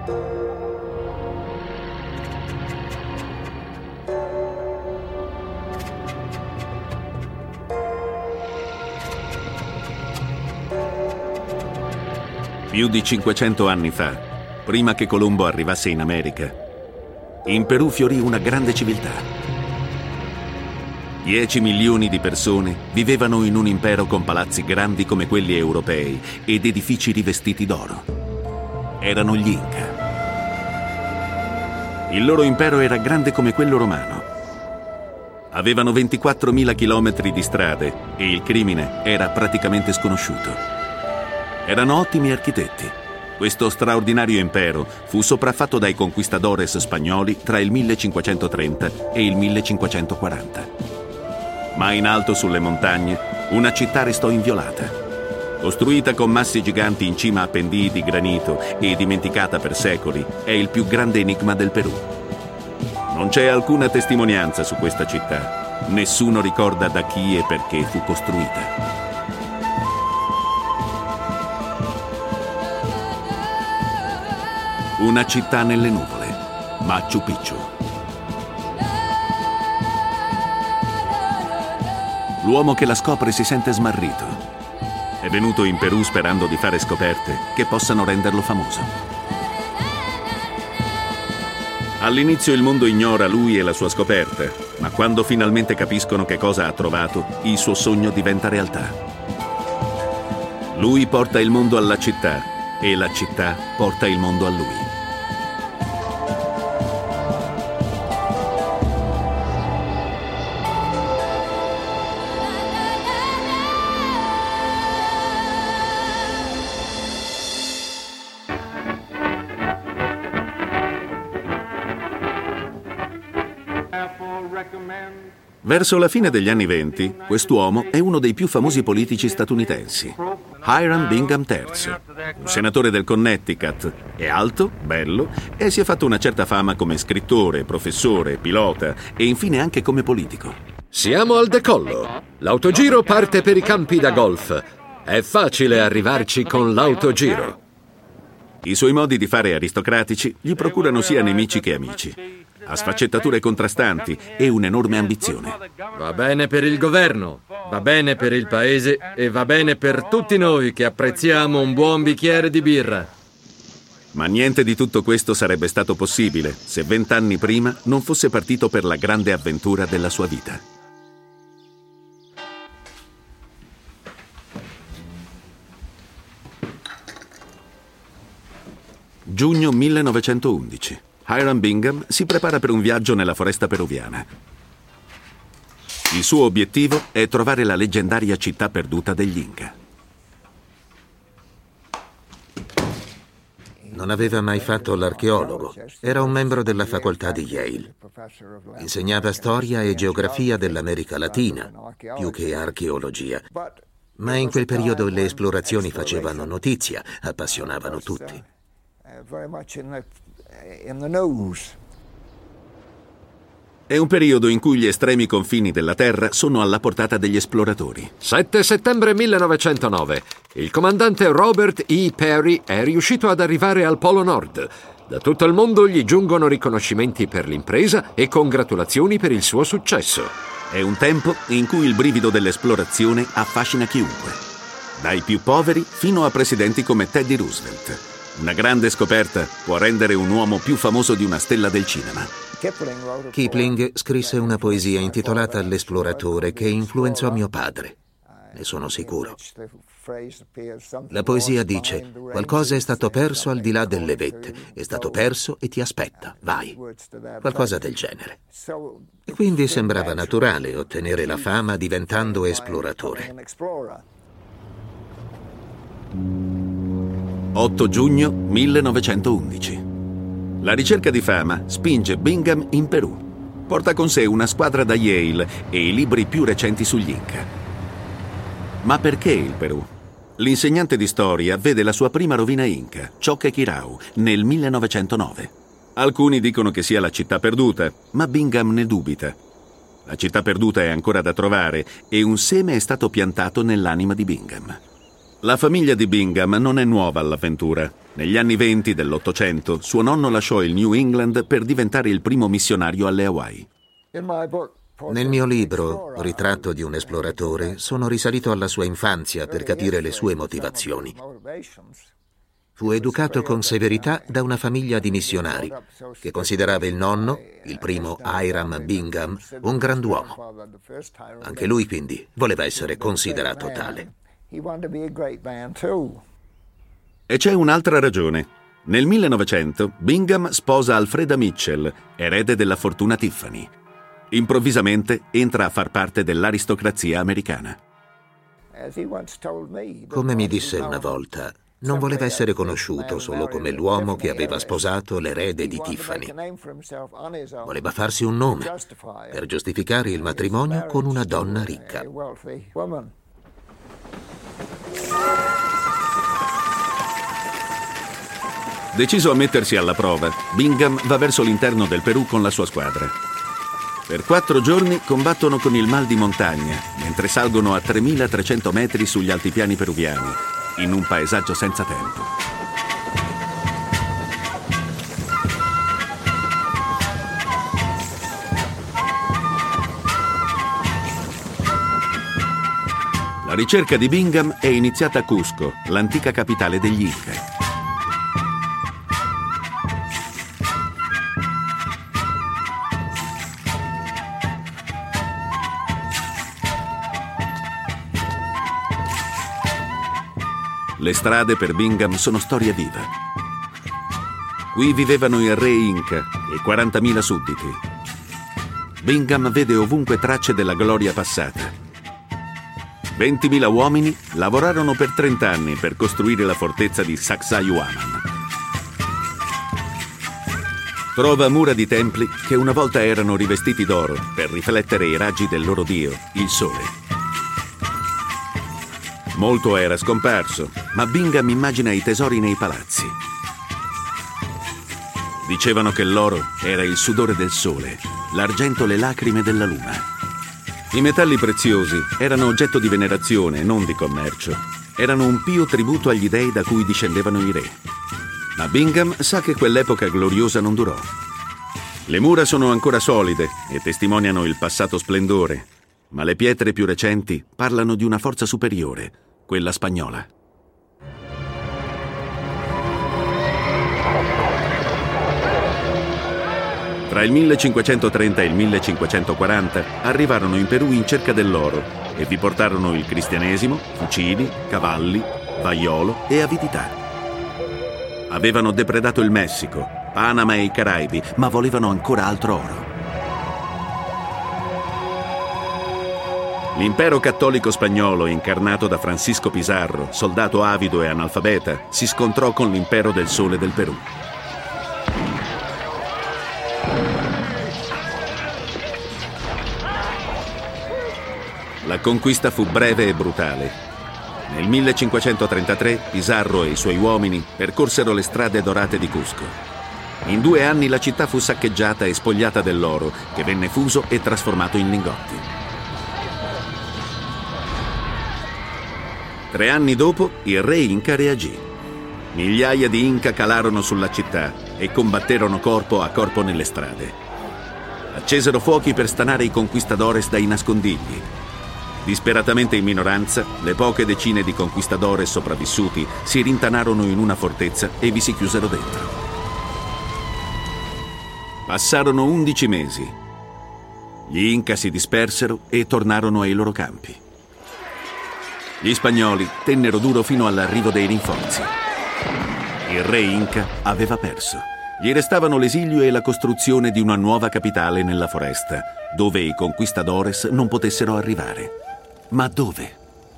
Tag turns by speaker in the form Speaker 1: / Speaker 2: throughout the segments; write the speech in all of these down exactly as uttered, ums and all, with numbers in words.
Speaker 1: Più di cinquecento anni fa, prima che Colombo arrivasse in America, in Perù fiorì una grande civiltà. Dieci milioni di persone vivevano in un impero con palazzi grandi come quelli europei ed edifici rivestiti d'oro. Erano gli Inca. Il loro impero era grande come quello romano. Avevano ventiquattromila chilometri di strade e il crimine era praticamente sconosciuto. Erano ottimi architetti. Questo straordinario impero fu sopraffatto dai conquistadores spagnoli tra il millecinquecentotrenta e il millecinquecentoquaranta. Ma in alto sulle montagne, una città restò inviolata. Costruita con massi giganti in cima a pendii di granito e dimenticata per secoli, è il più grande enigma del Perù. Non c'è alcuna testimonianza su questa città. Nessuno ricorda da chi e perché fu costruita. Una città nelle nuvole, Machu Picchu. L'uomo che la scopre si sente smarrito. È venuto in Perù sperando di fare scoperte che possano renderlo famoso. All'inizio il mondo ignora lui e la sua scoperta, ma quando finalmente capiscono che cosa ha trovato, il suo sogno diventa realtà. Lui porta il mondo alla città e la città porta il mondo a lui. Verso la fine degli anni venti, quest'uomo è uno dei più famosi politici statunitensi, Hiram Bingham terzo, un senatore del Connecticut. È alto, bello e si è fatto una certa fama come scrittore, professore, pilota e infine anche come politico.
Speaker 2: Siamo al decollo. L'autogiro parte per i campi da golf. È facile arrivarci con l'autogiro.
Speaker 1: I suoi modi di fare aristocratici gli procurano sia nemici che amici. Ha sfaccettature contrastanti e un'enorme ambizione.
Speaker 3: Va bene per il governo, va bene per il paese e va bene per tutti noi che apprezziamo un buon bicchiere di birra.
Speaker 1: Ma niente di tutto questo sarebbe stato possibile se vent'anni prima non fosse partito per la grande avventura della sua vita. Giugno millenovecentoundici. Hiram Bingham si prepara per un viaggio nella foresta peruviana. Il suo obiettivo è trovare la leggendaria città perduta degli Inca.
Speaker 4: Non aveva mai fatto l'archeologo. Era un membro della facoltà di Yale. Insegnava storia e geografia dell'America Latina, più che archeologia. Ma in quel periodo le esplorazioni facevano notizia, appassionavano tutti.
Speaker 1: È un periodo in cui gli estremi confini della Terra sono alla portata degli esploratori.
Speaker 2: sette settembre millenovecentonove. Il comandante Robert E. Peary è riuscito ad arrivare al Polo Nord. Da tutto il mondo gli giungono riconoscimenti per l'impresa e congratulazioni per il suo successo.
Speaker 1: È un tempo in cui il brivido dell'esplorazione affascina chiunque, dai più poveri fino a presidenti come Teddy Roosevelt. Una grande scoperta può rendere un uomo più famoso di una stella del cinema.
Speaker 4: Kipling scrisse una poesia intitolata L'esploratore che influenzò mio padre. Ne sono sicuro. La poesia dice: qualcosa è stato perso al di là delle vette, è stato perso e ti aspetta, vai. Qualcosa del genere. E quindi sembrava naturale ottenere la fama diventando esploratore.
Speaker 1: otto giugno millenovecentoundici. La ricerca di fama spinge Bingham in Perù. Porta con sé una squadra da Yale e i libri più recenti sugli Inca. Ma perché il Perù? L'insegnante di storia vede la sua prima rovina Inca, Choqquequirao, nel millenovecentonove. Alcuni dicono che sia la città perduta, ma Bingham ne dubita. La città perduta è ancora da trovare e un seme è stato piantato nell'anima di Bingham. La famiglia di Bingham non è nuova all'avventura. Negli anni venti dell'Ottocento suo nonno lasciò il New England per diventare il primo missionario alle Hawaii.
Speaker 4: Nel mio libro, Ritratto di un esploratore, sono risalito alla sua infanzia per capire le sue motivazioni. Fu educato con severità da una famiglia di missionari che considerava il nonno, il primo Hiram Bingham, un grand'uomo. Anche lui, quindi, voleva essere considerato tale.
Speaker 1: E c'è un'altra ragione. Nel millenovecento Bingham sposa Alfreda Mitchell, erede della fortuna Tiffany. Improvvisamente entra a far parte dell'aristocrazia americana.
Speaker 4: Come mi disse una volta, non voleva essere conosciuto solo come l'uomo che aveva sposato l'erede di Tiffany. Voleva farsi un nome per giustificare il matrimonio con una donna ricca.
Speaker 1: Deciso a mettersi alla prova, Bingham va verso l'interno del Perù con la sua squadra. Per quattro giorni combattono con il mal di montagna, mentre salgono a tremilatrecento metri sugli altipiani peruviani, in un paesaggio senza tempo. La ricerca di Bingham è iniziata a Cusco, l'antica capitale degli Inca. Le strade per Bingham sono storia viva. Qui vivevano il re Inca e quarantamila sudditi. Bingham vede ovunque tracce della gloria passata. ventimila uomini lavorarono per trenta anni per costruire la fortezza di Sacsayhuaman. Trova mura di templi che una volta erano rivestiti d'oro per riflettere i raggi del loro dio, il sole. Molto era scomparso, ma Bingham immagina i tesori nei palazzi. Dicevano che l'oro era il sudore del sole, l'argento le lacrime della luna. I metalli preziosi erano oggetto di venerazione, non di commercio. Erano un pio tributo agli dei da cui discendevano i re. Ma Bingham sa che quell'epoca gloriosa non durò. Le mura sono ancora solide e testimoniano il passato splendore, ma le pietre più recenti parlano di una forza superiore, quella spagnola. Tra il millecinquecentotrenta e il millecinquecentoquaranta arrivarono in Perù in cerca dell'oro e vi portarono il cristianesimo, fucili, cavalli, vaiolo e avidità. Avevano depredato il Messico, Panama e i Caraibi, ma volevano ancora altro oro. L'impero cattolico spagnolo, incarnato da Francisco Pizarro, soldato avido e analfabeta, si scontrò con l'impero del sole del Perù. La conquista fu breve e brutale. Nel millecinquecentotrentatré Pizarro e i suoi uomini percorsero le strade dorate di Cusco. In due anni la città fu saccheggiata e spogliata dell'oro, che venne fuso e trasformato in lingotti. Tre anni dopo, il re Inca reagì. Migliaia di Inca calarono sulla città e combatterono corpo a corpo nelle strade. Accesero fuochi per stanare i conquistadores dai nascondigli. Disperatamente in minoranza, le poche decine di conquistadores sopravvissuti si rintanarono in una fortezza e vi si chiusero dentro. Passarono undici mesi. Gli Inca si dispersero e tornarono ai loro campi. Gli spagnoli tennero duro fino all'arrivo dei rinforzi. Il re Inca aveva perso. Gli restavano l'esilio e la costruzione di una nuova capitale nella foresta, dove i conquistadores non potessero arrivare. Ma dove?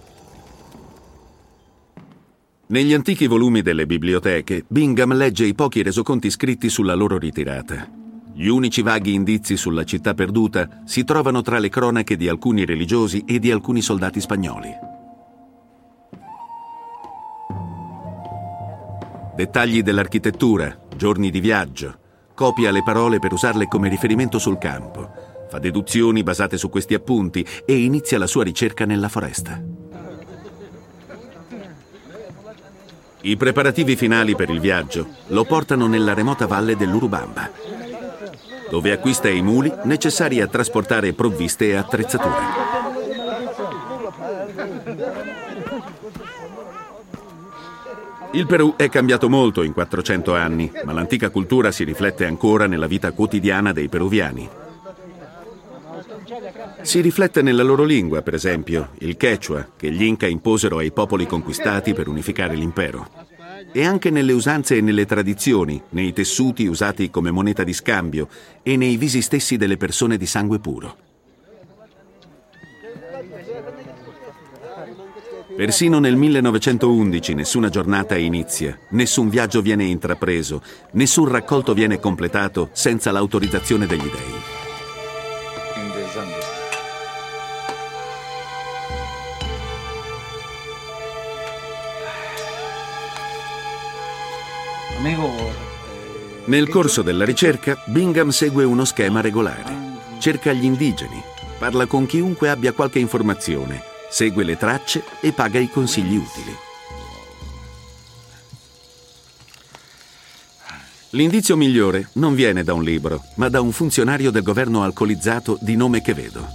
Speaker 1: Negli antichi volumi delle biblioteche, Bingham legge i pochi resoconti scritti sulla loro ritirata. Gli unici vaghi indizi sulla città perduta si trovano tra le cronache di alcuni religiosi e di alcuni soldati spagnoli. Dettagli dell'architettura, giorni di viaggio, copia le parole per usarle come riferimento sul campo, fa deduzioni basate su questi appunti e inizia la sua ricerca nella foresta. I preparativi finali per il viaggio lo portano nella remota valle dell'Urubamba, dove acquista i muli necessari a trasportare provviste e attrezzature. Il Perù è cambiato molto in quattrocento anni, ma l'antica cultura si riflette ancora nella vita quotidiana dei peruviani. Si riflette nella loro lingua, per esempio, il Quechua, che gli Inca imposero ai popoli conquistati per unificare l'impero. E anche nelle usanze e nelle tradizioni, nei tessuti usati come moneta di scambio e nei visi stessi delle persone di sangue puro. Persino nel millenovecentoundici nessuna giornata inizia, nessun viaggio viene intrapreso, nessun raccolto viene completato senza l'autorizzazione degli dei. Nel corso della ricerca, Bingham segue uno schema regolare. Cerca gli indigeni, parla con chiunque abbia qualche informazione, segue le tracce e paga i consigli utili. L'indizio migliore non viene da un libro, ma da un funzionario del governo alcolizzato di nome Quevedo.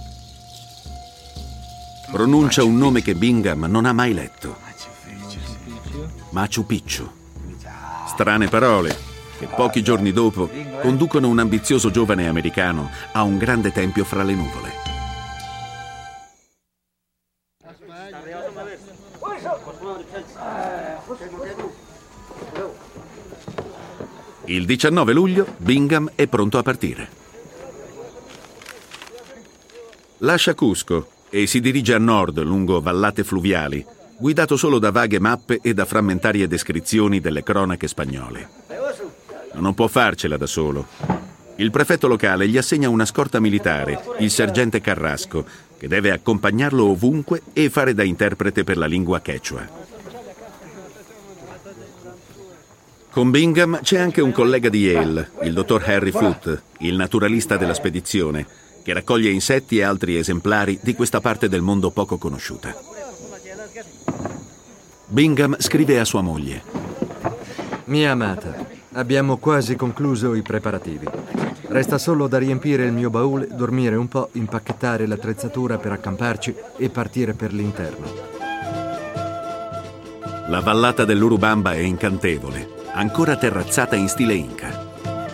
Speaker 1: Pronuncia un nome che Bingham non ha mai letto. Machu Picchu. Strane parole che pochi giorni dopo conducono un ambizioso giovane americano a un grande tempio fra le nuvole. Il diciannove luglio Bingham è pronto a partire. Lascia Cusco e si dirige a nord lungo vallate fluviali, guidato solo da vaghe mappe e da frammentarie descrizioni delle cronache spagnole. Non può farcela da solo. Il prefetto locale gli assegna una scorta militare, il sergente Carrasco, che deve accompagnarlo ovunque e fare da interprete per la lingua quechua. Con Bingham c'è anche un collega di Yale, il dottor Harry Foote, il naturalista della spedizione, che raccoglie insetti e altri esemplari di questa parte del mondo poco conosciuta. Bingham scrive a sua moglie:
Speaker 3: Mia amata, abbiamo quasi concluso i preparativi. Resta solo da riempire il mio baule, dormire un po', impacchettare l'attrezzatura per accamparci e partire per l'interno.
Speaker 1: La vallata dell'Urubamba è incantevole, ancora terrazzata in stile Inca.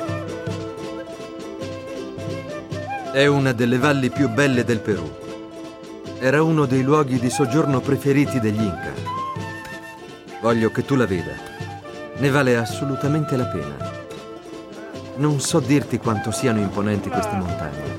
Speaker 3: È una delle valli più belle del Perù. Era uno dei luoghi di soggiorno preferiti degli Inca. Voglio che tu la veda. Ne vale assolutamente la pena. Non so dirti quanto siano imponenti queste montagne.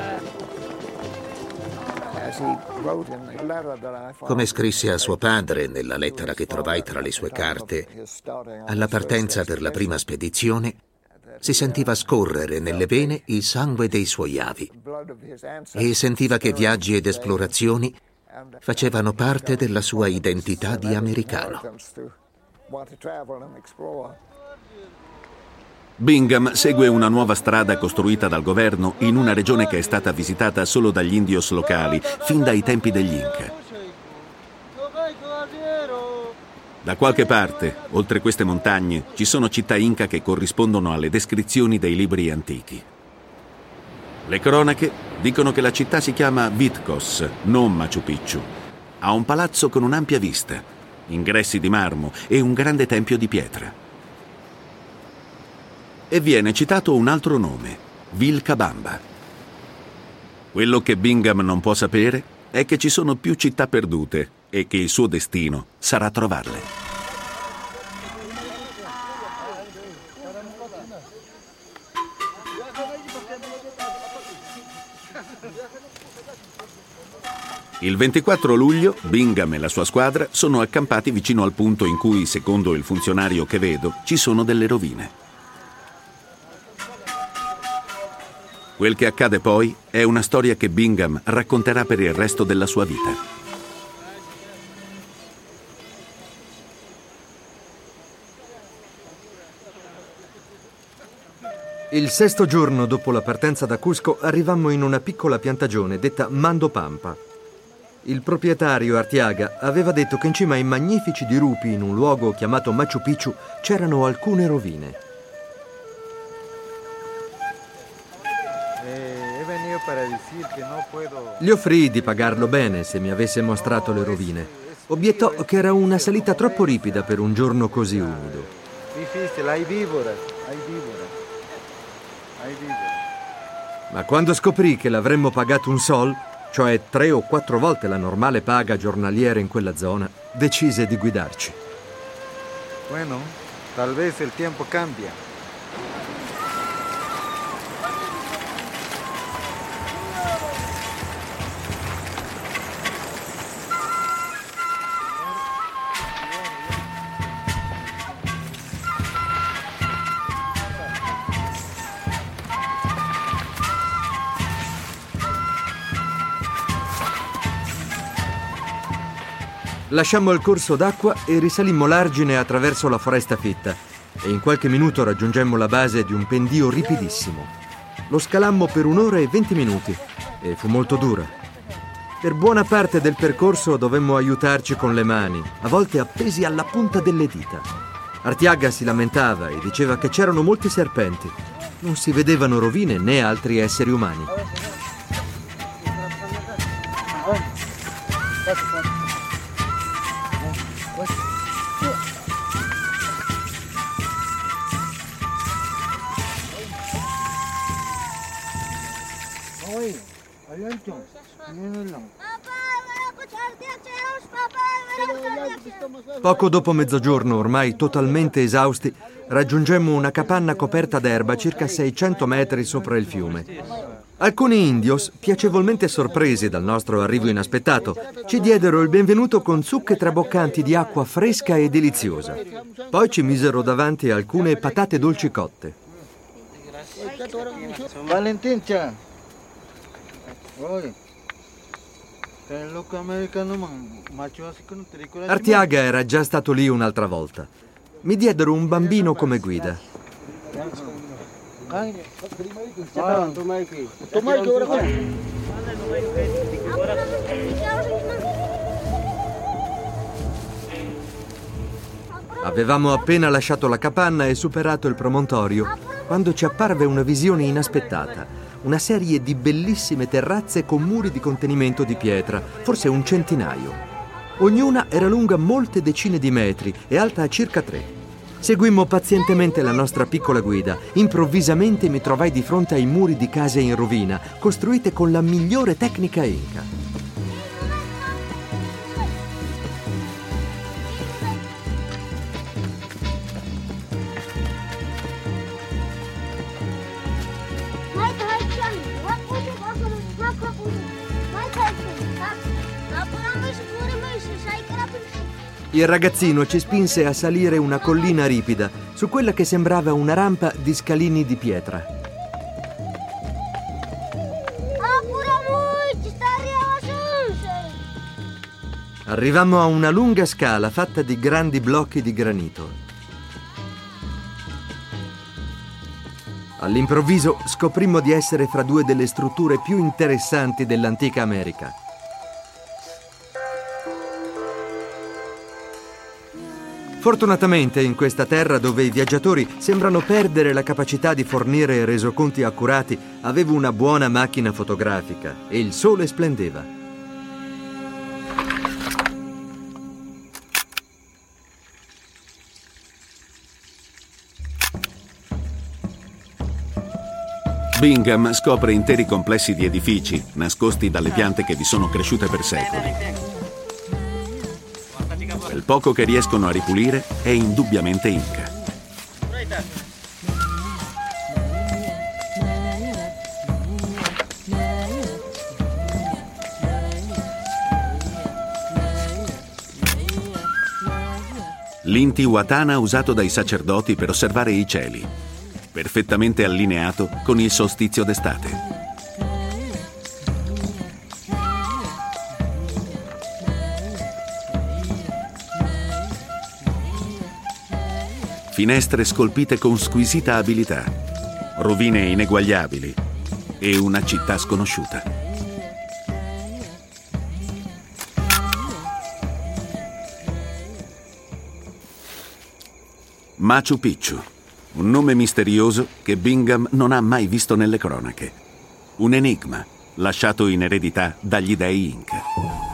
Speaker 4: Come scrisse a suo padre nella lettera che trovai tra le sue carte, alla partenza per la prima spedizione si sentiva scorrere nelle vene il sangue dei suoi avi e sentiva che viaggi ed esplorazioni facevano parte della sua identità di americano.
Speaker 1: Bingham segue una nuova strada costruita dal governo in una regione che è stata visitata solo dagli indios locali fin dai tempi degli Inca. Da qualche parte, oltre queste montagne, ci sono città Inca che corrispondono alle descrizioni dei libri antichi. Le cronache dicono che la città si chiama Vitcos, non Machu Picchu. Ha un palazzo con un'ampia vista, ingressi di marmo e un grande tempio di pietra. E viene citato un altro nome, Vilcabamba. Quello che Bingham non può sapere è che ci sono più città perdute e che il suo destino sarà trovarle. Il ventiquattro luglio Bingham e la sua squadra sono accampati vicino al punto in cui, secondo il funzionario Quevedo, ci sono delle rovine. Quel che accade poi è una storia che Bingham racconterà per il resto della sua vita.
Speaker 3: Il sesto giorno dopo la partenza da Cusco arrivammo in una piccola piantagione detta Mando Pampa. Il proprietario, Artiaga, aveva detto che in cima ai magnifici dirupi, in un luogo chiamato Machu Picchu, c'erano alcune rovine. Gli offrii di pagarlo bene se mi avesse mostrato le rovine. Obiettò che era una salita troppo ripida per un giorno così umido.
Speaker 5: Difficile, hai vivere, hai vivere, hai vivere.
Speaker 3: Ma quando scoprì che l'avremmo pagato un sol, cioè tre o quattro volte la normale paga giornaliera in quella zona, decise di guidarci.
Speaker 5: Bueno, tal vez el tiempo cambia.
Speaker 3: Lasciammo il corso d'acqua e risalimmo l'argine attraverso la foresta fitta e in qualche minuto raggiungemmo la base di un pendio ripidissimo. Lo scalammo per un'ora e venti minuti e fu molto dura. Per buona parte del percorso dovemmo aiutarci con le mani, a volte appesi alla punta delle dita. Artiaga si lamentava e diceva che c'erano molti serpenti. Non si vedevano rovine né altri esseri umani. Poco dopo mezzogiorno, ormai totalmente esausti, raggiungemmo una capanna coperta d'erba circa seicento metri sopra il fiume. Alcuni indios, piacevolmente sorpresi dal nostro arrivo inaspettato, ci diedero il benvenuto con zucche traboccanti di acqua fresca e deliziosa. Poi ci misero davanti alcune patate dolci cotte.
Speaker 5: Valentin,
Speaker 3: Artiaga era già stato lì un'altra volta. Mi diedero un bambino come guida. Avevamo appena lasciato la capanna e superato il promontorio quando ci apparve una visione inaspettata. Una serie di bellissime terrazze con muri di contenimento di pietra, forse un centinaio. Ognuna era lunga molte decine di metri e alta circa tre. Seguimmo pazientemente la nostra piccola guida. Improvvisamente mi trovai di fronte ai muri di case in rovina, costruite con la migliore tecnica inca. Il ragazzino ci spinse a salire una collina ripida, su quella che sembrava una rampa di scalini di pietra. Arrivammo a una lunga scala fatta di grandi blocchi di granito. All'improvviso scoprimmo di essere fra due delle strutture più interessanti dell'antica America. Fortunatamente in questa terra dove i viaggiatori sembrano perdere la capacità di fornire resoconti accurati, avevo una buona macchina fotografica e il sole splendeva.
Speaker 1: Bingham scopre interi complessi di edifici nascosti dalle piante che vi sono cresciute per secoli. Quel poco che riescono a ripulire è indubbiamente inca. L'Intihuatana usato dai sacerdoti per osservare i cieli, perfettamente allineato con il solstizio d'estate. Finestre scolpite con squisita abilità, rovine ineguagliabili e una città sconosciuta. Machu Picchu, un nome misterioso che Bingham non ha mai visto nelle cronache. Un enigma lasciato in eredità dagli dei Inca.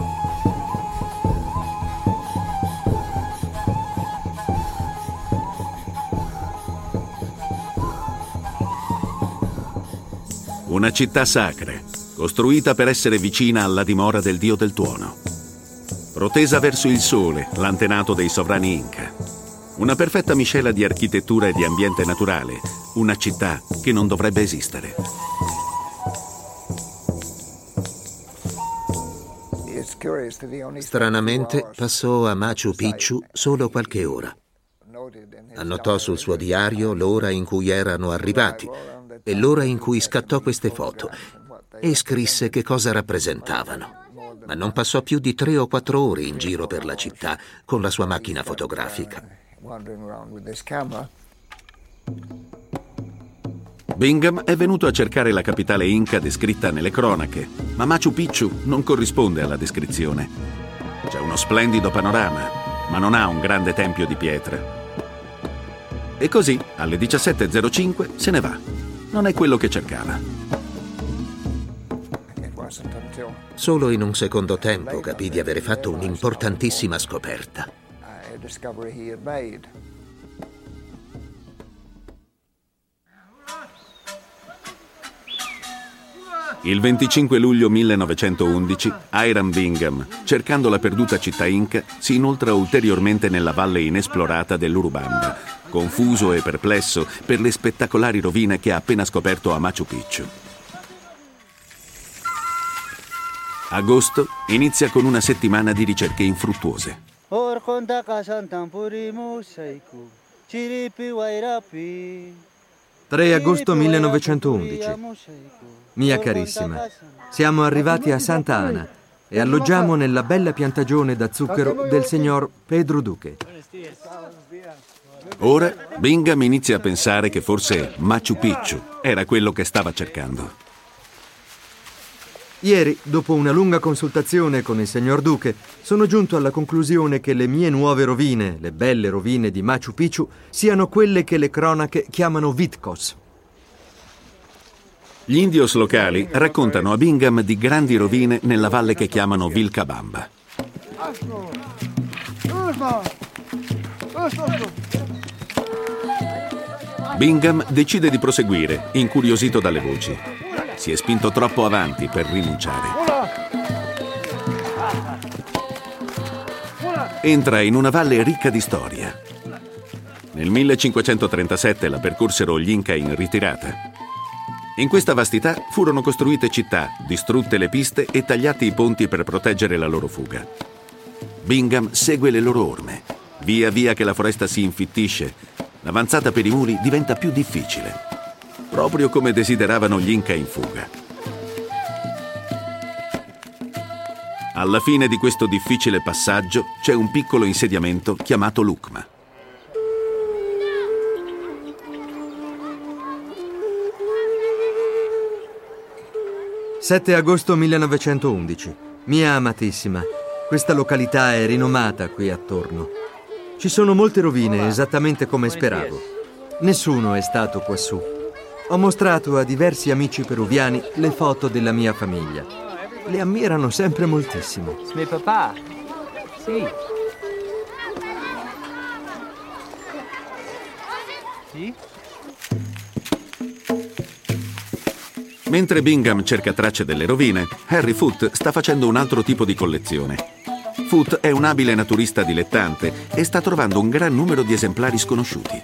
Speaker 1: Una città sacra, costruita per essere vicina alla dimora del dio del tuono. Protesa verso il sole, l'antenato dei sovrani Inca. Una perfetta miscela di architettura e di ambiente naturale, una città che non dovrebbe esistere.
Speaker 4: Stranamente passò a Machu Picchu solo qualche ora. Annotò sul suo diario l'ora in cui erano arrivati e l'ora in cui scattò queste foto e scrisse che cosa rappresentavano. Ma non passò più di tre o quattro ore in giro per la città con la sua macchina fotografica.
Speaker 1: Bingham è venuto a cercare la capitale Inca descritta nelle cronache, ma Machu Picchu non corrisponde alla descrizione. C'è uno splendido panorama, ma non ha un grande tempio di pietra. E così, alle diciassette e zero cinque, se ne va. Non è quello che cercava.
Speaker 4: Solo in un secondo tempo capì di avere fatto un'importantissima scoperta.
Speaker 1: Il venticinque luglio millenovecentoundici, Hiram Bingham, cercando la perduta città Inca, si inoltra ulteriormente nella valle inesplorata dell'Urubamba, confuso e perplesso per le spettacolari rovine che ha appena scoperto a Machu Picchu. Agosto inizia con una settimana di ricerche infruttuose.
Speaker 3: tre agosto millenovecentoundici. Mia carissima, siamo arrivati a Santa Ana e alloggiamo nella bella piantagione da zucchero del signor Pedro Duque.
Speaker 1: Ora Bingham inizia a pensare che forse Machu Picchu era quello che stava cercando.
Speaker 3: Ieri, dopo una lunga consultazione con il signor Duque, sono giunto alla conclusione che le mie nuove rovine, le belle rovine di Machu Picchu, siano quelle che le cronache chiamano Vitkos.
Speaker 1: Gli indios locali raccontano a Bingham di grandi rovine nella valle che chiamano Vilcabamba. Bingham decide di proseguire, incuriosito dalle voci. Si è spinto troppo avanti per rinunciare. Entra in una valle ricca di storia. Nel millecinquecentotrentasette la percorsero gli Inca in ritirata. In questa vastità furono costruite città, distrutte le piste e tagliati i ponti per proteggere la loro fuga. Bingham segue le loro orme. Via via che la foresta si infittisce, l'avanzata per i muri diventa più difficile. Proprio come desideravano gli Inca in fuga. Alla fine di questo difficile passaggio c'è un piccolo insediamento chiamato Lucma.
Speaker 3: sette agosto millenovecentoundici. Mia amatissima, questa località è rinomata qui attorno. Ci sono molte rovine, esattamente come speravo. Nessuno è stato quassù. Ho mostrato a diversi amici peruviani le foto della mia famiglia. Le ammirano sempre moltissimo.
Speaker 6: Mio papà. Sì. Sì?
Speaker 1: Mentre Bingham cerca tracce delle rovine, Harry Foote sta facendo un altro tipo di collezione. Foote è un abile naturista dilettante e sta trovando un gran numero di esemplari sconosciuti.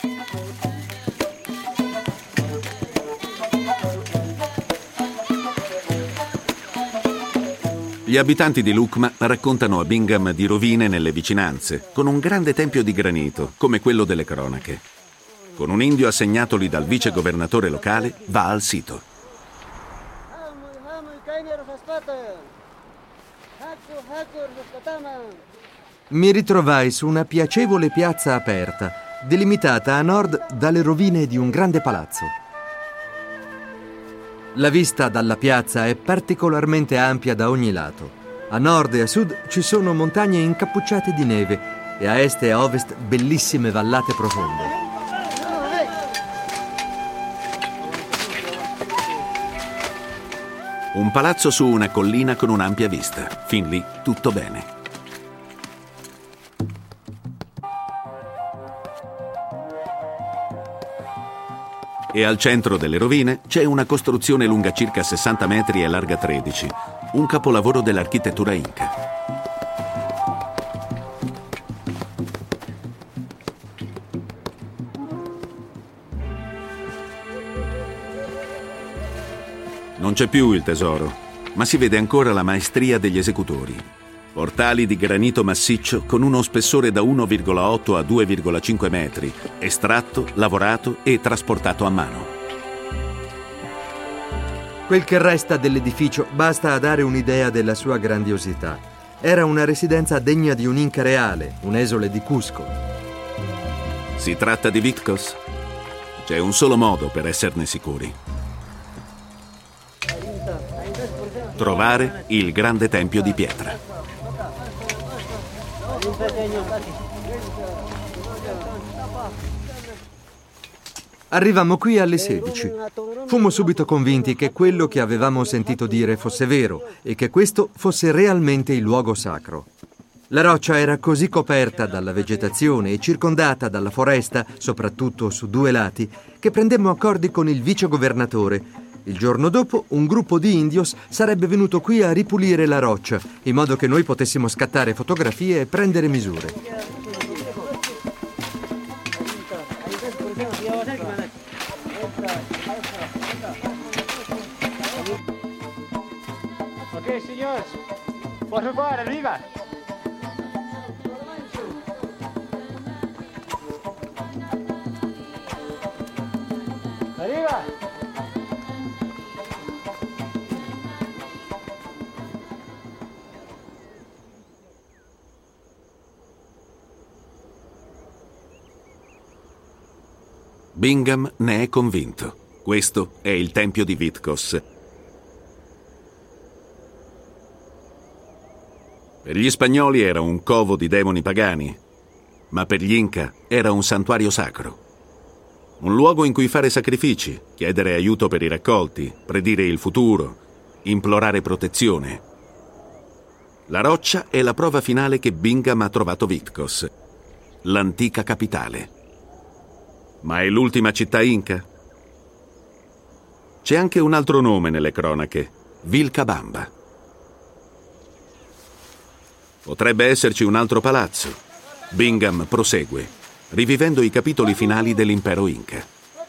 Speaker 1: Gli abitanti di Lucma raccontano a Bingham di rovine nelle vicinanze, con un grande tempio di granito, come quello delle cronache. Con un indio assegnatoli dal vice governatore locale, va al sito.
Speaker 3: Mi ritrovai su una piacevole piazza aperta, delimitata a nord dalle rovine di un grande palazzo. La vista dalla piazza è particolarmente ampia da ogni lato. A nord e a sud ci sono montagne incappucciate di neve e a est e a ovest bellissime vallate profonde.
Speaker 1: Un palazzo su una collina con un'ampia vista. Fin lì tutto bene. E al centro delle rovine c'è una costruzione lunga circa sessanta metri e larga tredici, un capolavoro dell'architettura inca. Non c'è più il tesoro, ma si vede ancora la maestria degli esecutori. Portali di granito massiccio con uno spessore da uno virgola otto a due virgola cinque metri, estratto, lavorato e trasportato a mano.
Speaker 3: Quel che resta dell'edificio basta a dare un'idea della sua grandiosità. Era una residenza degna di un Inca reale, un esule di Cusco.
Speaker 1: Si tratta di Vitkos? C'è un solo modo per esserne sicuri. Trovare il grande tempio di pietra.
Speaker 3: Arrivammo qui alle sedici. Fummo subito convinti che quello che avevamo sentito dire fosse vero e che questo fosse realmente il luogo sacro. La roccia era così coperta dalla vegetazione e circondata dalla foresta, soprattutto su due lati, che prendemmo accordi con il vicegovernatore. Il giorno dopo un gruppo di indios sarebbe venuto qui a ripulire la roccia, in modo che noi potessimo scattare fotografie e prendere misure.
Speaker 6: Ok, signores, por favor, arriba. Arriba.
Speaker 1: Bingham ne è convinto. Questo è il tempio di Vitkos. Per gli spagnoli era un covo di demoni pagani, ma per gli Inca era un santuario sacro. Un luogo in cui fare sacrifici, chiedere aiuto per i raccolti, predire il futuro, implorare protezione. La roccia è la prova finale che Bingham ha trovato Vitkos, l'antica capitale. Ma è l'ultima città inca? C'è anche un altro nome nelle cronache, Vilcabamba. Potrebbe esserci un altro palazzo. Bingham prosegue, rivivendo i capitoli finali dell'impero Inca.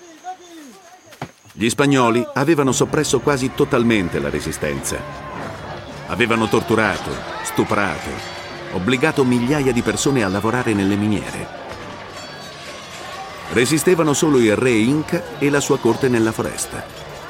Speaker 1: Gli spagnoli avevano soppresso quasi totalmente la resistenza. Avevano torturato, stuprato, obbligato migliaia di persone a lavorare nelle miniere. Resistevano solo il re Inca e la sua corte nella foresta.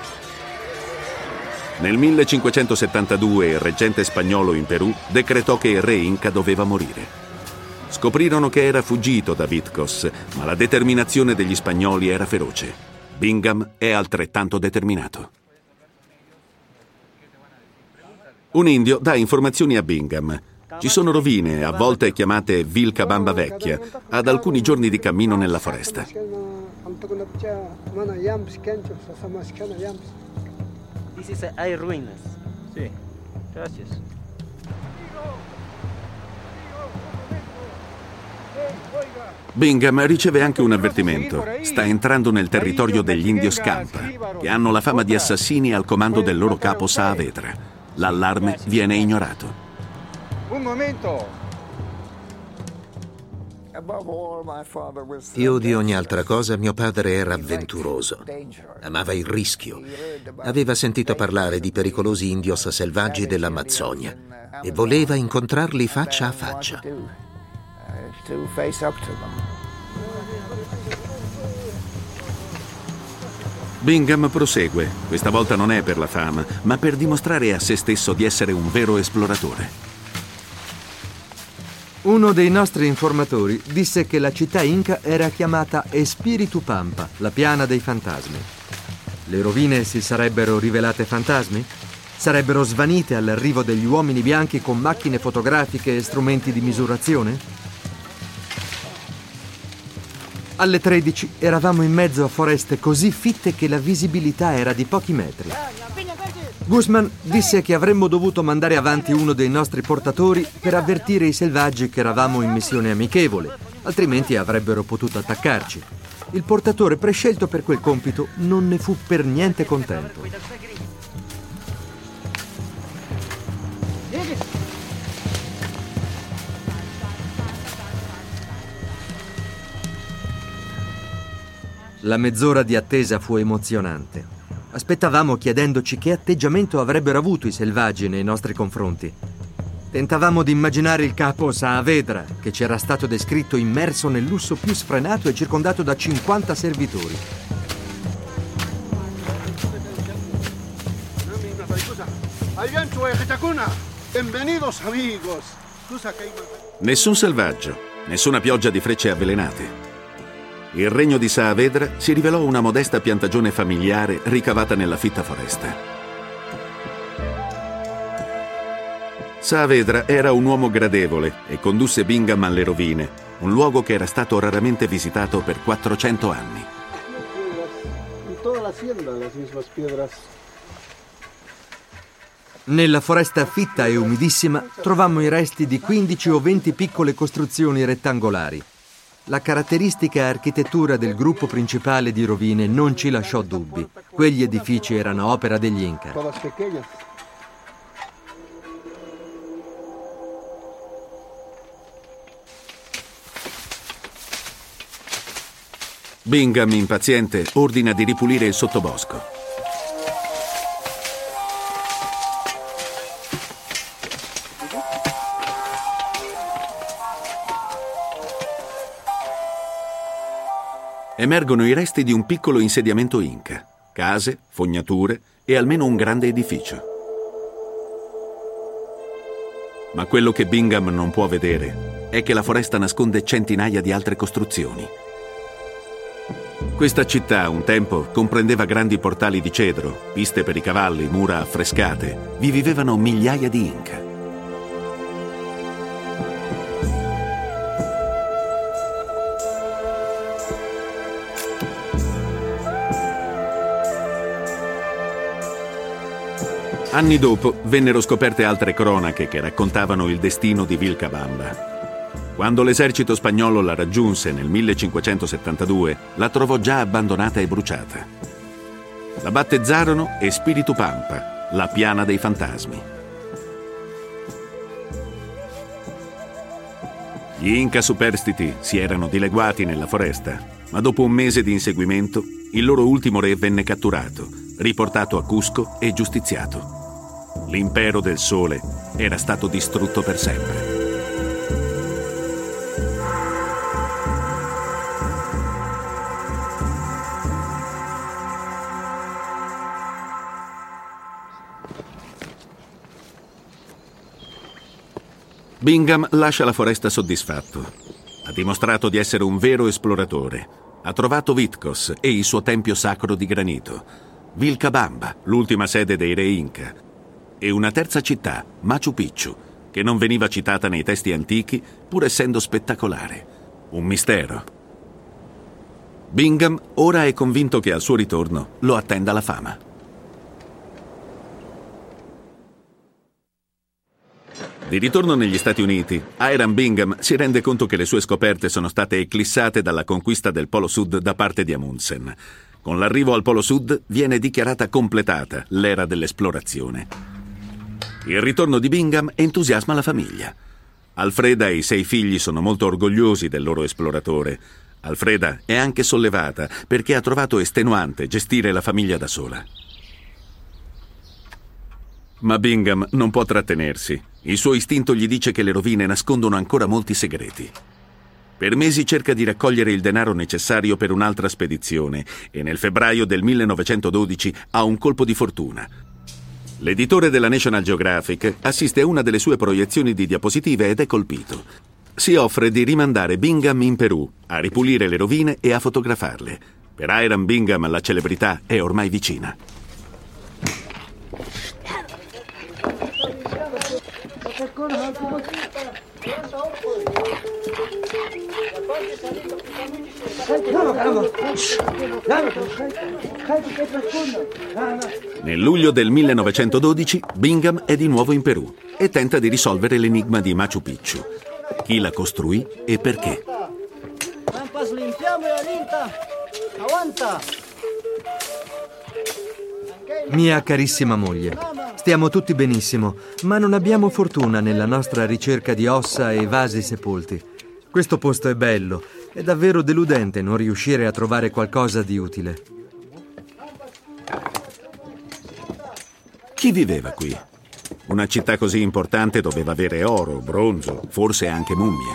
Speaker 1: Nel millecinquecentosettantadue il reggente spagnolo in Perù decretò che il re Inca doveva morire. Scoprirono che era fuggito da Vitkos, ma la determinazione degli spagnoli era feroce. Bingham è altrettanto determinato. Un indio dà informazioni a Bingham. Ci sono rovine, a volte chiamate Vilcabamba Vecchia, ad alcuni giorni di cammino nella foresta.
Speaker 6: This is hay ruinas. Sí. Gracias.
Speaker 1: Bingham riceve anche un avvertimento. Sta entrando nel territorio degli indios Campa, che hanno la fama di assassini al comando del loro capo Saavedra. L'allarme viene ignorato.
Speaker 5: Un momento!
Speaker 4: Più di ogni altra cosa, mio padre era avventuroso. Amava il rischio. Aveva sentito parlare di pericolosi indios selvaggi dell'Amazzonia e voleva incontrarli faccia a faccia.
Speaker 1: Bingham prosegue. Questa volta non è per la fama, ma per dimostrare a se stesso di essere un vero esploratore.
Speaker 3: Uno dei nostri informatori disse che la città inca era chiamata Espiritu Pampa, la piana dei fantasmi. Le rovine si sarebbero rivelate fantasmi? Sarebbero svanite all'arrivo degli uomini bianchi con macchine fotografiche e strumenti di misurazione? Alle tredici eravamo in mezzo a foreste così fitte che la visibilità era di pochi metri. Guzman disse che avremmo dovuto mandare avanti uno dei nostri portatori per avvertire i selvaggi che eravamo in missione amichevole, altrimenti avrebbero potuto attaccarci. Il portatore prescelto per quel compito non ne fu per niente contento. La mezz'ora di attesa fu emozionante. Aspettavamo chiedendoci che atteggiamento avrebbero avuto i selvaggi nei nostri confronti. Tentavamo di immaginare il capo Saavedra, che ci era stato descritto immerso nel lusso più sfrenato e circondato da cinquanta servitori.
Speaker 1: Nessun selvaggio, nessuna pioggia di frecce avvelenate. Il regno di Saavedra si rivelò una modesta piantagione familiare ricavata nella fitta foresta. Saavedra era un uomo gradevole e condusse Bingham alle rovine, un luogo che era stato raramente visitato per quattrocento anni.
Speaker 3: Nella foresta fitta e umidissima trovammo i resti di quindici o venti piccole costruzioni rettangolari. La caratteristica architettura del gruppo principale di rovine non ci lasciò dubbi. Quegli edifici erano opera degli Inca.
Speaker 1: Bingham, impaziente, ordina di ripulire il sottobosco. Emergono i resti di un piccolo insediamento Inca, case, fognature e almeno un grande edificio. Ma quello che Bingham non può vedere è che la foresta nasconde centinaia di altre costruzioni. Questa città, un tempo, comprendeva grandi portali di cedro, piste per i cavalli, mura affrescate. Vi vivevano migliaia di Inca. Anni dopo vennero scoperte altre cronache che raccontavano il destino di Vilcabamba. Quando l'esercito spagnolo la raggiunse nel millecinquecentosettantadue, la trovò già abbandonata e bruciata. La battezzarono Espiritu Pampa, la piana dei fantasmi. Gli Inca superstiti si erano dileguati nella foresta, ma dopo un mese di inseguimento, il loro ultimo re venne catturato, riportato a Cusco e giustiziato. L'impero del sole era stato distrutto per sempre. Bingham lascia la foresta soddisfatto. Ha dimostrato di essere un vero esploratore. Ha trovato Vitkos e il suo tempio sacro di granito, Vilcabamba, l'ultima sede dei re Inca, e una terza città, Machu Picchu, che non veniva citata nei testi antichi, pur essendo spettacolare. Un mistero. Bingham ora è convinto che al suo ritorno lo attenda la fama. Di ritorno negli Stati Uniti, Hiram Bingham si rende conto che le sue scoperte sono state eclissate dalla conquista del Polo Sud da parte di Amundsen. Con l'arrivo al Polo Sud viene dichiarata completata l'era dell'esplorazione. Il ritorno di Bingham entusiasma la famiglia. Alfreda e i sei figli sono molto orgogliosi del loro esploratore. Alfreda è anche sollevata perché ha trovato estenuante gestire la famiglia da sola. Ma Bingham non può trattenersi. Il suo istinto gli dice che le rovine nascondono ancora molti segreti. Per mesi cerca di raccogliere il denaro necessario per un'altra spedizione e nel febbraio del millenovecentododici ha un colpo di fortuna. L'editore della National Geographic assiste a una delle sue proiezioni di diapositive ed è colpito. Si offre di rimandare Bingham in Perù, a ripulire le rovine e a fotografarle. Per Hiram Bingham la celebrità è ormai vicina. Nel luglio del millenovecentododici Bingham è di nuovo in Perù e tenta di risolvere l'enigma di Machu Picchu. Chi la costruì e perché?
Speaker 3: Mia carissima moglie, stiamo tutti benissimo, ma non abbiamo fortuna nella nostra ricerca di ossa e vasi sepolti. Questo posto è bello, è davvero deludente non riuscire a trovare qualcosa di utile.
Speaker 1: Chi viveva qui? Una città così importante doveva avere oro, bronzo, forse anche mummie.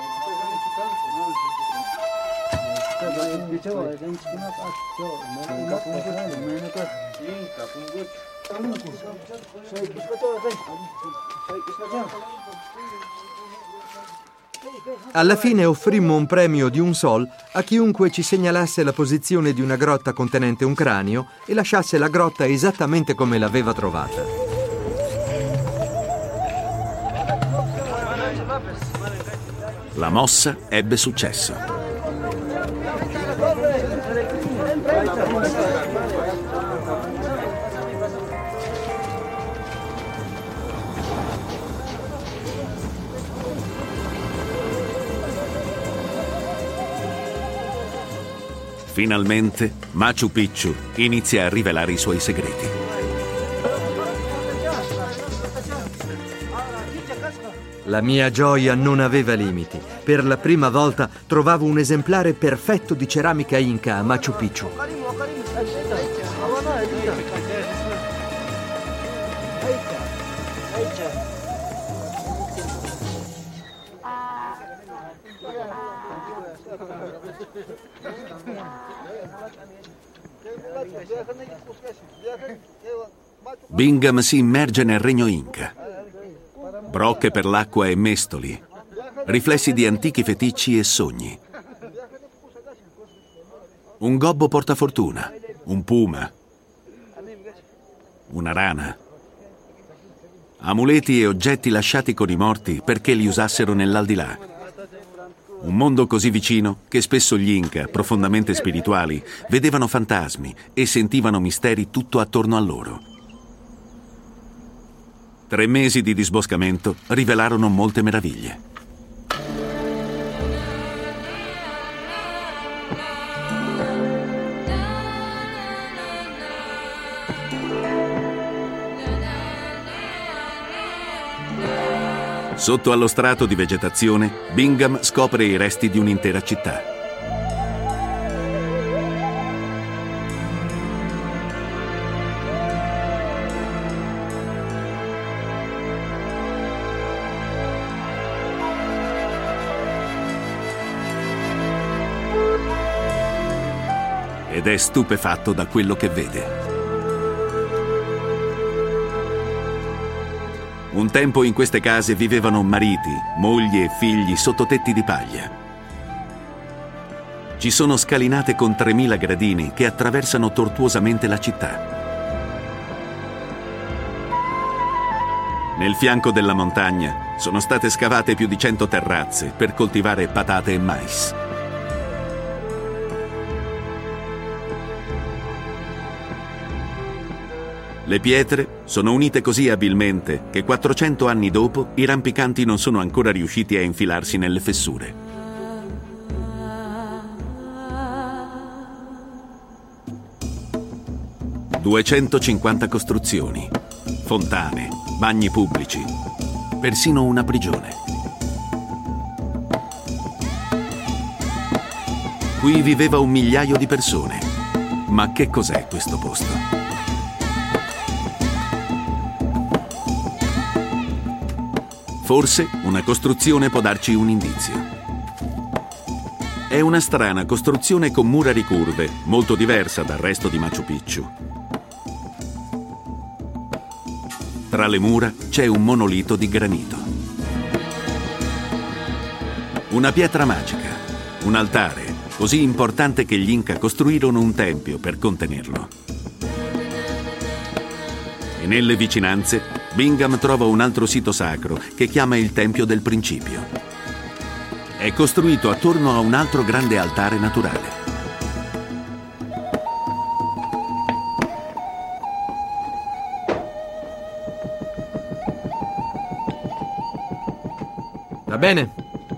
Speaker 3: Alla fine offrimmo un premio di un sol a chiunque ci segnalasse la posizione di una grotta contenente un cranio e lasciasse la grotta esattamente come l'aveva trovata.
Speaker 1: La mossa ebbe successo. Finalmente Machu Picchu inizia a rivelare i suoi segreti.
Speaker 3: La mia gioia non aveva limiti. Per la prima volta trovavo un esemplare perfetto di ceramica inca a Machu Picchu.
Speaker 1: Bingham si immerge nel regno Inca. Brocche per l'acqua e mestoli, riflessi di antichi feticci e sogni. Un gobbo portafortuna, un puma, una rana. Amuleti e oggetti lasciati con i morti perché li usassero nell'aldilà. Un mondo così vicino che spesso gli Inca, profondamente spirituali, vedevano fantasmi e sentivano misteri tutto attorno a loro. Tre mesi di disboscamento rivelarono molte meraviglie. Sotto allo strato di vegetazione, Bingham scopre i resti di un'intera città. Ed è stupefatto da quello che vede. Un tempo in queste case vivevano mariti, mogli e figli sotto tetti di paglia. Ci sono scalinate con tremila gradini che attraversano tortuosamente la città. Nel fianco della montagna sono state scavate più di cento terrazze per coltivare patate e mais. Le pietre sono unite così abilmente che quattrocento anni dopo i rampicanti non sono ancora riusciti a infilarsi nelle fessure. duecentocinquanta costruzioni, fontane, bagni pubblici, persino una prigione. Qui viveva un migliaio di persone. Ma che cos'è questo posto? Forse una costruzione può darci un indizio. È una strana costruzione con mura ricurve, molto diversa dal resto di Machu Picchu. Tra le mura c'è un monolito di granito. Una pietra magica, un altare, così importante che gli Inca costruirono un tempio per contenerlo. E nelle vicinanze Bingham trova un altro sito sacro che chiama il Tempio del Principio. È costruito attorno a un altro grande altare naturale.
Speaker 3: Va bene.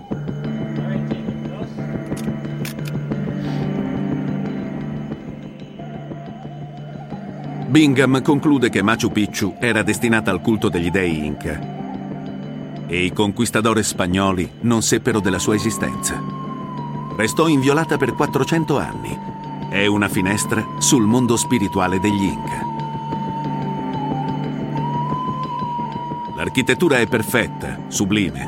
Speaker 1: Bingham conclude che Machu Picchu era destinata al culto degli dei Inca e i conquistadores spagnoli non seppero della sua esistenza. Restò inviolata per quattrocento anni. È una finestra sul mondo spirituale degli Inca. L'architettura è perfetta, sublime.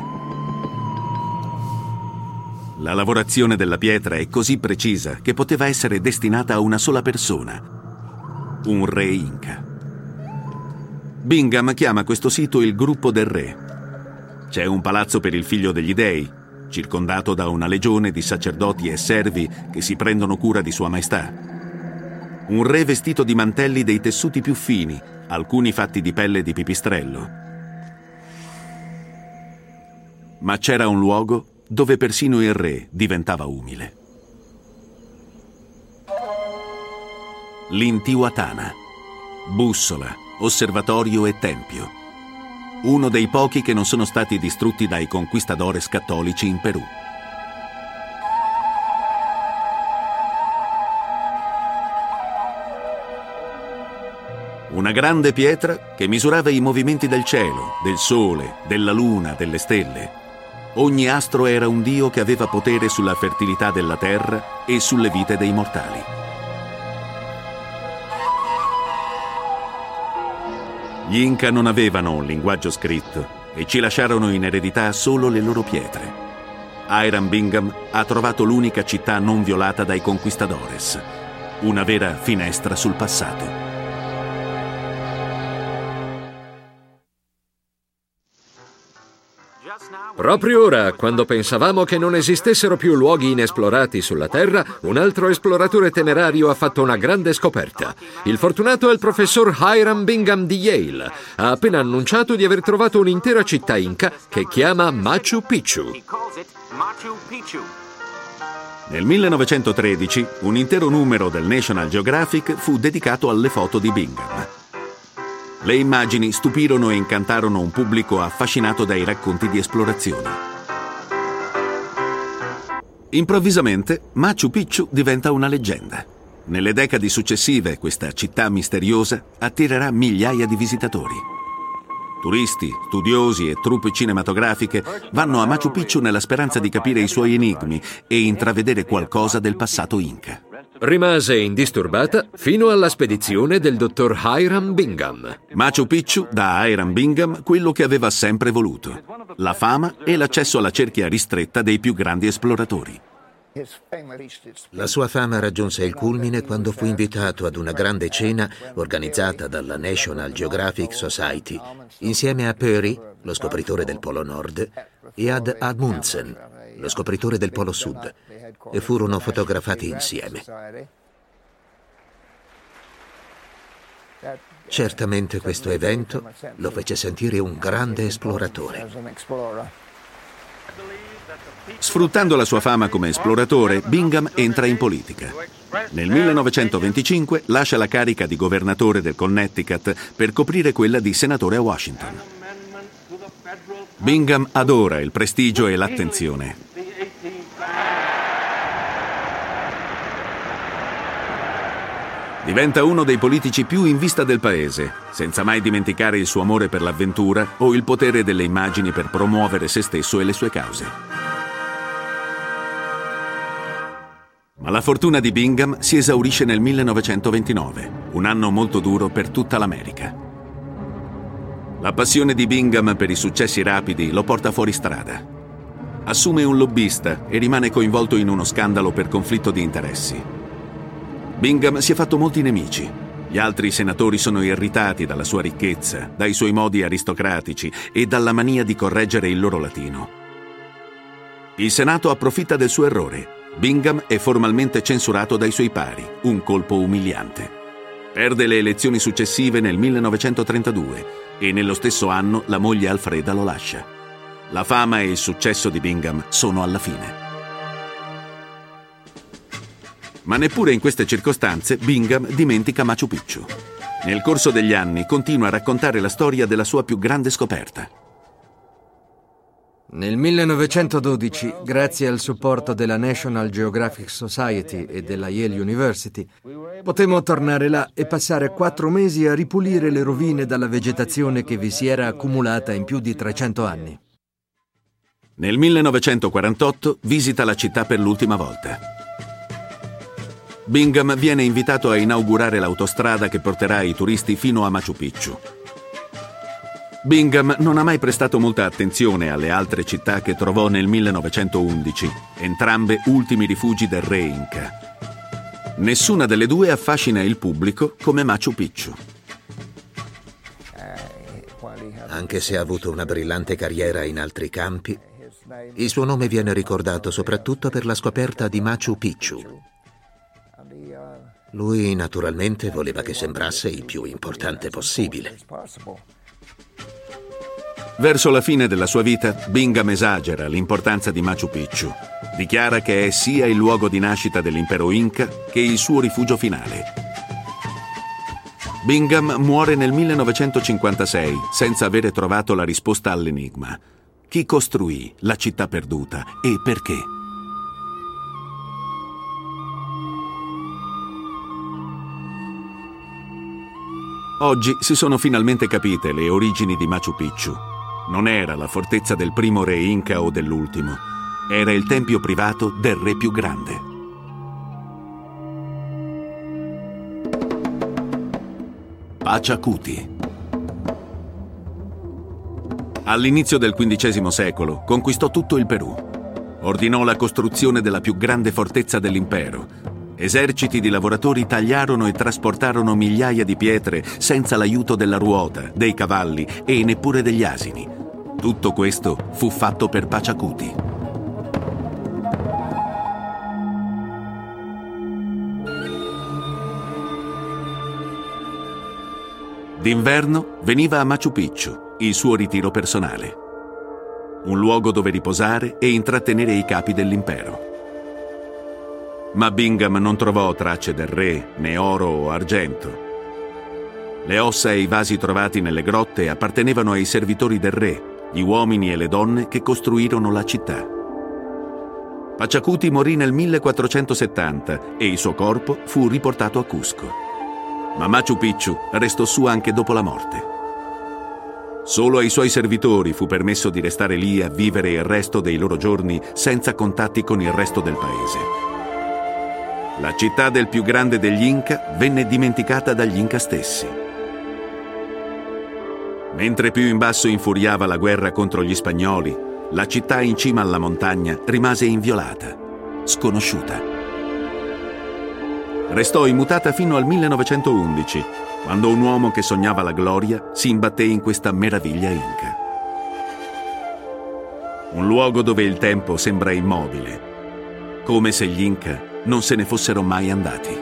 Speaker 1: La lavorazione della pietra è così precisa che poteva essere destinata a una sola persona, un re Inca. Bingham chiama questo sito il gruppo del re. C'è un palazzo per il figlio degli dei, circondato da una legione di sacerdoti e servi che si prendono cura di Sua Maestà. Un re vestito di mantelli dei tessuti più fini, alcuni fatti di pelle di pipistrello. Ma c'era un luogo dove persino il re diventava umile. L'Intihuatana, bussola, osservatorio e tempio. Uno dei pochi che non sono stati distrutti dai conquistadores cattolici in Perù. Una grande pietra che misurava i movimenti del cielo, del sole, della luna, delle stelle. Ogni astro era un dio che aveva potere sulla fertilità della terra e sulle vite dei mortali. Gli Inca non avevano un linguaggio scritto e ci lasciarono in eredità solo le loro pietre. Hiram Bingham ha trovato l'unica città non violata dai conquistadores, una vera finestra sul passato.
Speaker 2: Proprio ora, quando pensavamo che non esistessero più luoghi inesplorati sulla Terra, un altro esploratore temerario ha fatto una grande scoperta. Il fortunato è il professor Hiram Bingham di Yale. Ha appena annunciato di aver trovato un'intera città Inca che chiama Machu Picchu.
Speaker 1: Nel millenovecentotredici, un intero numero del National Geographic fu dedicato alle foto di Bingham. Le immagini stupirono e incantarono un pubblico affascinato dai racconti di esplorazione. Improvvisamente, Machu Picchu diventa una leggenda. Nelle decadi successive, questa città misteriosa attirerà migliaia di visitatori. Turisti, studiosi e truppe cinematografiche vanno a Machu Picchu nella speranza di capire i suoi enigmi e intravedere qualcosa del passato Inca.
Speaker 2: Rimase indisturbata fino alla spedizione del dottor Hiram Bingham.
Speaker 1: Machu Picchu dà a Hiram Bingham quello che aveva sempre voluto: la fama e l'accesso alla cerchia ristretta dei più grandi esploratori.
Speaker 4: La sua fama raggiunse il culmine quando fu invitato ad una grande cena organizzata dalla National Geographic Society insieme a Peary, lo scopritore del Polo Nord, e ad Amundsen, lo scopritore del Polo Sud, e furono fotografati insieme. Certamente questo evento lo fece sentire un grande esploratore.
Speaker 1: Sfruttando la sua fama come esploratore, Bingham entra in politica. Nel millenovecentoventicinque lascia la carica di governatore del Connecticut per coprire quella di senatore a Washington. Bingham adora il prestigio e l'attenzione. Diventa uno dei politici più in vista del paese, senza mai dimenticare il suo amore per l'avventura o il potere delle immagini per promuovere se stesso e le sue cause. Ma la fortuna di Bingham si esaurisce nel millenovecentoventinove, un anno molto duro per tutta l'America. La passione di Bingham per i successi rapidi lo porta fuori strada. Assume un lobbista e rimane coinvolto in uno scandalo per conflitto di interessi. Bingham si è fatto molti nemici. Gli altri senatori sono irritati dalla sua ricchezza, dai suoi modi aristocratici e dalla mania di correggere il loro latino. Il Senato approfitta del suo errore. Bingham è formalmente censurato dai suoi pari, un colpo umiliante. Perde le elezioni successive nel millenovecentotrentadue e nello stesso anno la moglie Alfreda lo lascia. La fama e il successo di Bingham sono alla fine. Ma neppure in queste circostanze Bingham dimentica Machu Picchu. Nel corso degli anni continua a raccontare la storia della sua più grande scoperta.
Speaker 3: Nel millenovecentododici, grazie al supporto della National Geographic Society e della Yale University, potemmo tornare là e passare quattro mesi a ripulire le rovine dalla vegetazione che vi si era accumulata in più di trecento anni.
Speaker 1: Nel millenovecentoquarantotto visita la città per l'ultima volta. Bingham viene invitato a inaugurare l'autostrada che porterà i turisti fino a Machu Picchu. Bingham non ha mai prestato molta attenzione alle altre città che trovò nel millenovecentoundici, entrambe ultimi rifugi del re Inca. Nessuna delle due affascina il pubblico come Machu Picchu.
Speaker 4: Anche se ha avuto una brillante carriera in altri campi, il suo nome viene ricordato soprattutto per la scoperta di Machu Picchu. Lui naturalmente voleva che sembrasse il più importante possibile.
Speaker 1: Verso la fine della sua vita, Bingham esagera l'importanza di Machu Picchu. Dichiara che è sia il luogo di nascita dell'impero Inca che il suo rifugio finale. Bingham muore nel millenovecentocinquantasei senza avere trovato la risposta all'enigma. Chi costruì la città perduta e perché? Oggi si sono finalmente capite le origini di Machu Picchu. Non era la fortezza del primo re Inca o dell'ultimo. Era il tempio privato del re più grande. Pachacuti. All'inizio del quindicesimo secolo conquistò tutto il Perù. Ordinò la costruzione della più grande fortezza dell'impero. Eserciti di lavoratori tagliarono e trasportarono migliaia di pietre senza l'aiuto della ruota, dei cavalli e neppure degli asini. Tutto questo fu fatto per Pachacuti. D'inverno veniva a Machu Picchu, il suo ritiro personale. Un luogo dove riposare e intrattenere i capi dell'impero. Ma Bingham non trovò tracce del re, né oro o argento. Le ossa e i vasi trovati nelle grotte appartenevano ai servitori del re, gli uomini e le donne che costruirono la città. Pachacuti morì nel millequattrocentosettanta e il suo corpo fu riportato a Cusco. Ma Machu Picchu restò su anche dopo la morte. Solo ai suoi servitori fu permesso di restare lì a vivere il resto dei loro giorni senza contatti con il resto del paese. La città del più grande degli Inca venne dimenticata dagli Inca stessi. Mentre più in basso infuriava la guerra contro gli spagnoli, la città in cima alla montagna rimase inviolata, sconosciuta. Restò immutata fino al millenovecentoundici, quando un uomo che sognava la gloria si imbatté in questa meraviglia Inca. Un luogo dove il tempo sembra immobile, come se gli Inca non se ne fossero mai andati.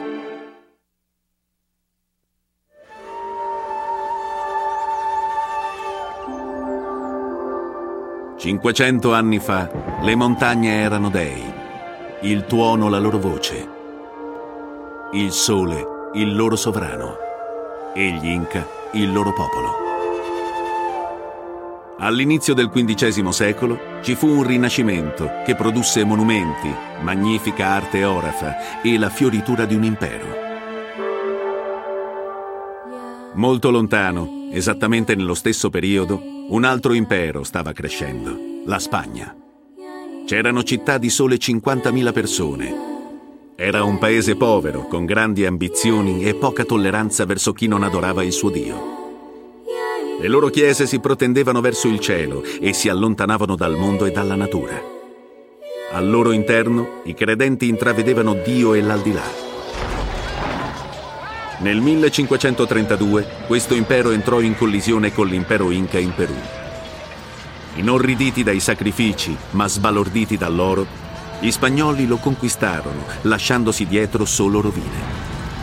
Speaker 1: Cinquecento anni fa le montagne erano dei, il tuono la loro voce, il sole il loro sovrano e gli Inca il loro popolo. All'inizio del quindicesimo secolo ci fu un rinascimento che produsse monumenti, magnifica arte orafa e la fioritura di un impero. Molto lontano, esattamente nello stesso periodo, un altro impero stava crescendo, la Spagna. C'erano città di sole cinquantamila persone. Era un paese povero, con grandi ambizioni e poca tolleranza verso chi non adorava il suo Dio. Le loro chiese si protendevano verso il cielo e si allontanavano dal mondo e dalla natura. Al loro interno i credenti intravedevano Dio e l'aldilà. Nel millecinquecentotrentadue questo impero entrò in collisione con l'impero Inca in Perù. Inorriditi dai sacrifici, ma sbalorditi dall'oro, gli spagnoli lo conquistarono, lasciandosi dietro solo rovine.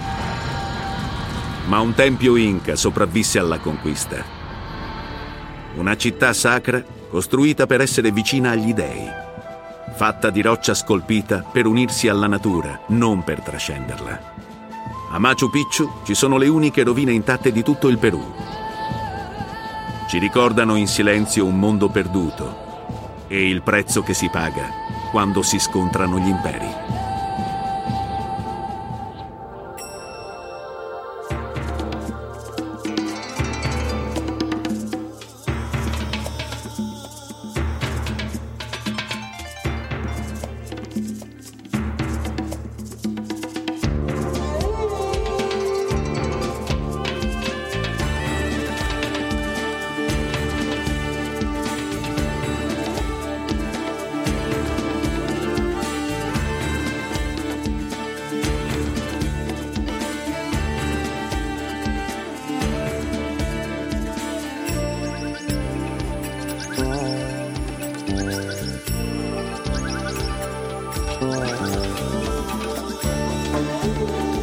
Speaker 1: Ma un tempio Inca sopravvisse alla conquista. Una città sacra costruita per essere vicina agli dei, fatta di roccia scolpita per unirsi alla natura, non per trascenderla. A Machu Picchu ci sono le uniche rovine intatte di tutto il Perù. Ci ricordano in silenzio un mondo perduto e il prezzo che si paga quando si scontrano gli imperi.
Speaker 7: Thank you.